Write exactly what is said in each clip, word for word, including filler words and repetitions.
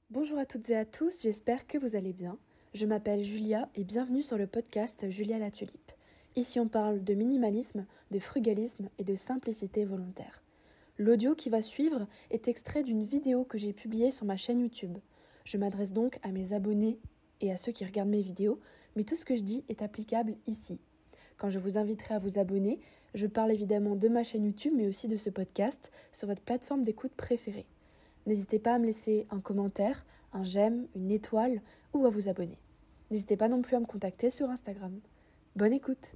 Bonjour à toutes et à tous, j'espère que vous allez bien. Je m'appelle Julia et bienvenue sur le podcast Julia la Tulipe. Ici on parle de minimalisme, de frugalisme et de simplicité volontaire. L'audio qui va suivre est extrait d'une vidéo que j'ai publiée sur ma chaîne YouTube. Je m'adresse donc à mes abonnés et à ceux qui regardent mes vidéos, mais tout ce que je dis est applicable ici. Quand je vous inviterai à vous abonner, je parle évidemment de ma chaîne YouTube mais aussi de ce podcast sur votre plateforme d'écoute préférée. N'hésitez pas à me laisser un commentaire, un j'aime, une étoile ou à vous abonner. N'hésitez pas non plus à me contacter sur Instagram. Bonne écoute!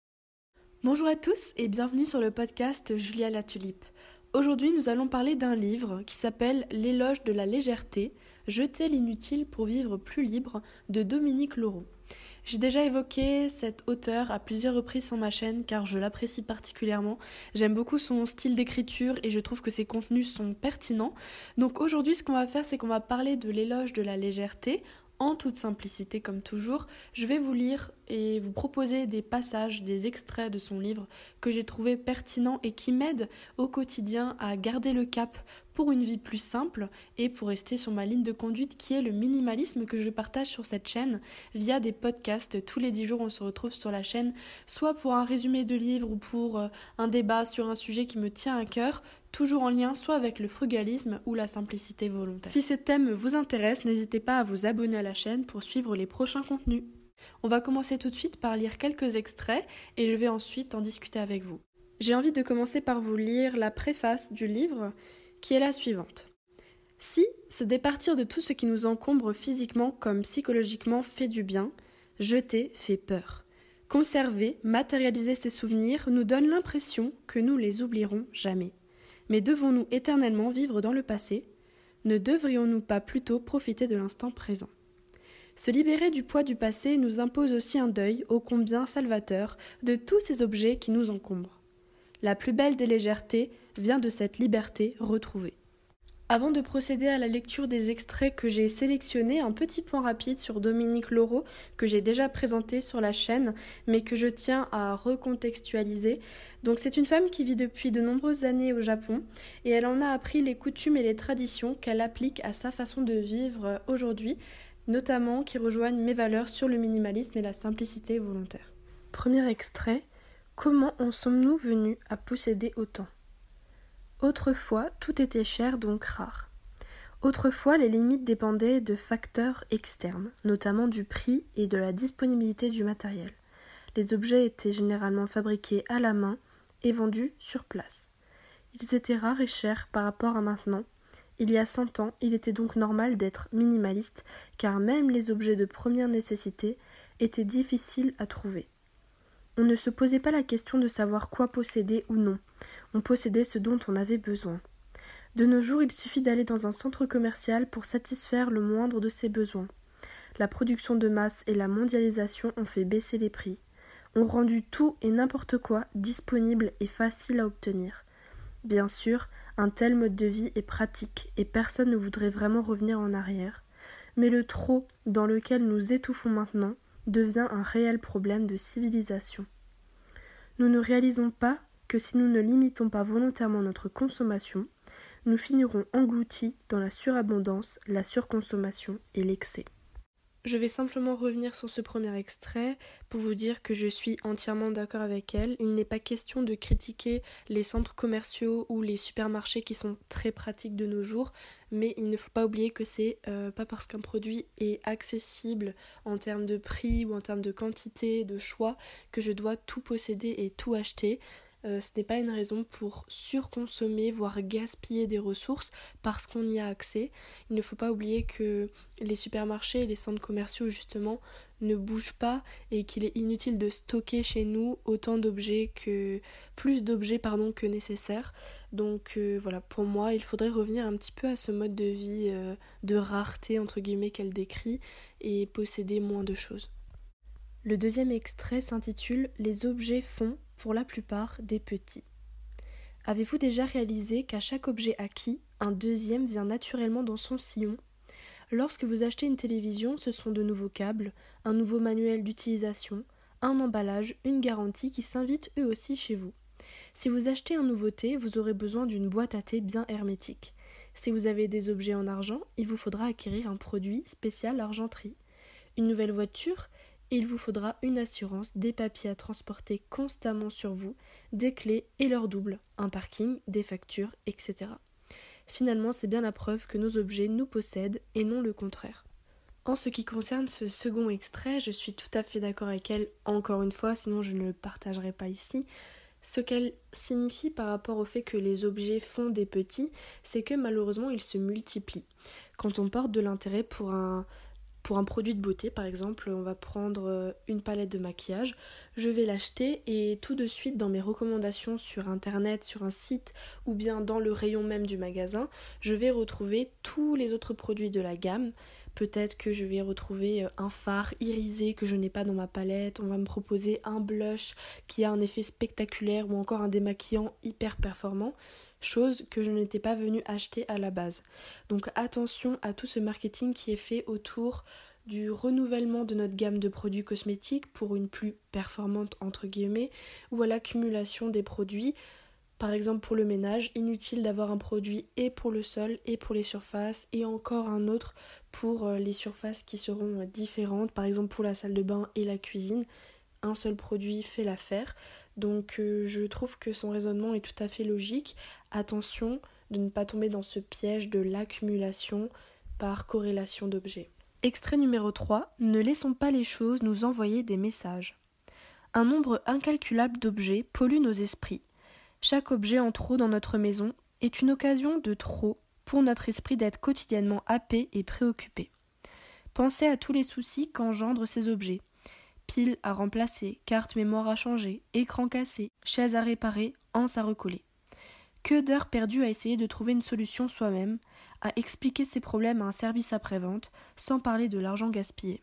Bonjour à tous et bienvenue sur le podcast Julia la Tulipe. Aujourd'hui, nous allons parler d'un livre qui s'appelle L'éloge de la légèreté, jeter l'inutile pour vivre plus libre de Dominique Leroux. J'ai déjà évoqué cet auteur à plusieurs reprises sur ma chaîne car je l'apprécie particulièrement. J'aime beaucoup son style d'écriture et je trouve que ses contenus sont pertinents. Donc aujourd'hui, ce qu'on va faire, c'est qu'on va parler de l'éloge de la légèreté. En toute simplicité comme toujours, je vais vous lire et vous proposer des passages, des extraits de son livre que j'ai trouvé pertinents et qui m'aident au quotidien à garder le cap pour une vie plus simple et pour rester sur ma ligne de conduite qui est le minimalisme que je partage sur cette chaîne via des podcasts. Tous les dix jours, on se retrouve sur la chaîne, soit pour un résumé de livre ou pour un débat sur un sujet qui me tient à cœur, toujours en lien soit avec le frugalisme ou la simplicité volontaire. Si ces thèmes vous intéressent, n'hésitez pas à vous abonner à la chaîne pour suivre les prochains contenus. On va commencer tout de suite par lire quelques extraits et je vais ensuite en discuter avec vous. J'ai envie de commencer par vous lire la préface du livre qui est la suivante. Si se départir de tout ce qui nous encombre physiquement comme psychologiquement fait du bien, jeter fait peur. Conserver, matérialiser ces souvenirs nous donne l'impression que nous les oublierons jamais. Mais devons-nous éternellement vivre dans le passé ? Ne devrions-nous pas plutôt profiter de l'instant présent ? Se libérer du poids du passé nous impose aussi un deuil ô combien salvateur de tous ces objets qui nous encombrent. La plus belle des légèretés vient de cette liberté retrouvée. Avant de procéder à la lecture des extraits que j'ai sélectionnés, un petit point rapide sur Dominique Leroux que j'ai déjà présenté sur la chaîne, mais que je tiens à recontextualiser. Donc c'est une femme qui vit depuis de nombreuses années au Japon et elle en a appris les coutumes et les traditions qu'elle applique à sa façon de vivre aujourd'hui, notamment qui rejoignent mes valeurs sur le minimalisme et la simplicité volontaire. Premier extrait. Comment en sommes-nous venus à posséder autant ? Autrefois, tout était cher, donc rare. Autrefois, les limites dépendaient de facteurs externes, notamment du prix et de la disponibilité du matériel. Les objets étaient généralement fabriqués à la main et vendus sur place. Ils étaient rares et chers par rapport à maintenant. Il y a cent ans, il était donc normal d'être minimaliste, car même les objets de première nécessité étaient difficiles à trouver. On ne se posait pas la question de savoir quoi posséder ou non. On possédait ce dont on avait besoin. De nos jours, il suffit d'aller dans un centre commercial pour satisfaire le moindre de ses besoins. La production de masse et la mondialisation ont fait baisser les prix, ont rendu tout et n'importe quoi disponible et facile à obtenir. Bien sûr, un tel mode de vie est pratique et personne ne voudrait vraiment revenir en arrière, mais le trop dans lequel nous étouffons maintenant devient un réel problème de civilisation. Nous ne réalisons pas que si nous ne limitons pas volontairement notre consommation, nous finirons engloutis dans la surabondance, la surconsommation et l'excès. Je vais simplement revenir sur ce premier extrait pour vous dire que je suis entièrement d'accord avec elle. Il n'est pas question de critiquer les centres commerciaux ou les supermarchés qui sont très pratiques de nos jours, mais il ne faut pas oublier que c'est euh, pas parce qu'un produit est accessible en termes de prix ou en termes de quantité, de choix, que je dois tout posséder et tout acheter. Euh, ce n'est pas une raison pour surconsommer, voire gaspiller des ressources parce qu'on y a accès. Il ne faut pas oublier que les supermarchés et les centres commerciaux justement ne bougent pas et qu'il est inutile de stocker chez nous autant d'objets que plus d'objets pardon que nécessaire. Donc euh, voilà, pour moi, il faudrait revenir un petit peu à ce mode de vie euh, de rareté entre guillemets qu'elle décrit et posséder moins de choses. Le deuxième extrait s'intitule « Les objets font, pour la plupart, des petits ». Avez-vous déjà réalisé qu'à chaque objet acquis, un deuxième vient naturellement dans son sillon ? Lorsque vous achetez une télévision, ce sont de nouveaux câbles, un nouveau manuel d'utilisation, un emballage, une garantie qui s'invitent eux aussi chez vous. Si vous achetez un nouveau thé, vous aurez besoin d'une boîte à thé bien hermétique. Si vous avez des objets en argent, il vous faudra acquérir un produit spécial argenterie. Une nouvelle voiture, il vous faudra une assurance, des papiers à transporter constamment sur vous, des clés et leur double, un parking, des factures, et cetera. Finalement, c'est bien la preuve que nos objets nous possèdent et non le contraire. En ce qui concerne ce second extrait, je suis tout à fait d'accord avec elle, encore une fois, sinon je ne le partagerai pas ici. Ce qu'elle signifie par rapport au fait que les objets font des petits, c'est que malheureusement ils se multiplient. Quand on porte de l'intérêt pour un, pour un produit de beauté, par exemple, on va prendre une palette de maquillage, je vais l'acheter et tout de suite dans mes recommandations sur internet, sur un site ou bien dans le rayon même du magasin, je vais retrouver tous les autres produits de la gamme. Peut-être que je vais retrouver un fard irisé que je n'ai pas dans ma palette, on va me proposer un blush qui a un effet spectaculaire ou encore un démaquillant hyper performant, chose que je n'étais pas venue acheter à la base. Donc attention à tout ce marketing qui est fait autour du renouvellement de notre gamme de produits cosmétiques pour une plus performante entre guillemets ou à l'accumulation des produits. Par exemple pour le ménage, inutile d'avoir un produit et pour le sol et pour les surfaces et encore un autre pour les surfaces qui seront différentes, par exemple pour la salle de bain et la cuisine. Un seul produit fait l'affaire, donc euh, je trouve que son raisonnement est tout à fait logique. Attention de ne pas tomber dans ce piège de l'accumulation par corrélation d'objets. Extrait numéro trois. Ne laissons pas les choses nous envoyer des messages. Un nombre incalculable d'objets pollue nos esprits. Chaque objet en trop dans notre maison est une occasion de trop pour notre esprit d'être quotidiennement happé et préoccupé. Pensez à tous les soucis qu'engendrent ces objets. Piles à remplacer, carte mémoire à changer, écran cassé, chaises à réparer, anses à recoller. Que d'heures perdues à essayer de trouver une solution soi-même, à expliquer ses problèmes à un service après-vente, sans parler de l'argent gaspillé.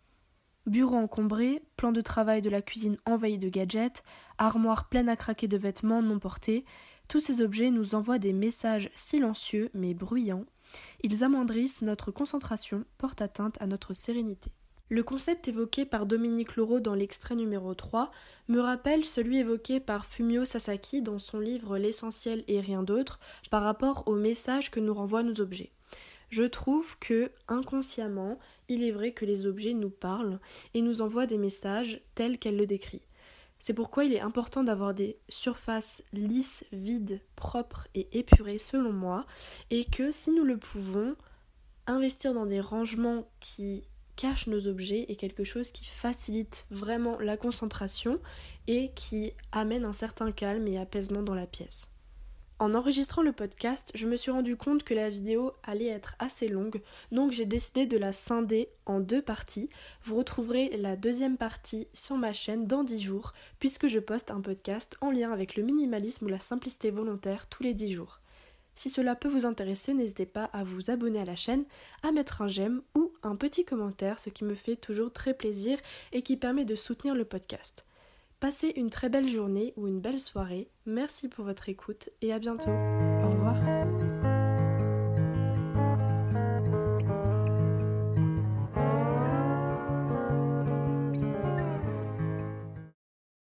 Bureau encombré, plan de travail de la cuisine envahi de gadgets, armoire pleine à craquer de vêtements non portés, tous ces objets nous envoient des messages silencieux mais bruyants. Ils amoindrissent notre concentration, portent atteinte à notre sérénité. Le concept évoqué par Dominique Leroux dans l'extrait numéro trois me rappelle celui évoqué par Fumio Sasaki dans son livre L'essentiel et rien d'autre par rapport aux messages que nous renvoient nos objets. Je trouve que, inconsciemment, il est vrai que les objets nous parlent et nous envoient des messages tels qu'elle le décrit. C'est pourquoi il est important d'avoir des surfaces lisses, vides, propres et épurées selon moi, et que si nous le pouvons, investir dans des rangements qui cachent nos objets est quelque chose qui facilite vraiment la concentration et qui amène un certain calme et apaisement dans la pièce. En enregistrant le podcast, je me suis rendu compte que la vidéo allait être assez longue, donc j'ai décidé de la scinder en deux parties. Vous retrouverez la deuxième partie sur ma chaîne dans dix jours, puisque je poste un podcast en lien avec le minimalisme ou la simplicité volontaire tous les dix jours. Si cela peut vous intéresser, n'hésitez pas à vous abonner à la chaîne, à mettre un j'aime ou un petit commentaire, ce qui me fait toujours très plaisir et qui permet de soutenir le podcast. Passez une très belle journée ou une belle soirée. Merci pour votre écoute et à bientôt. Au revoir.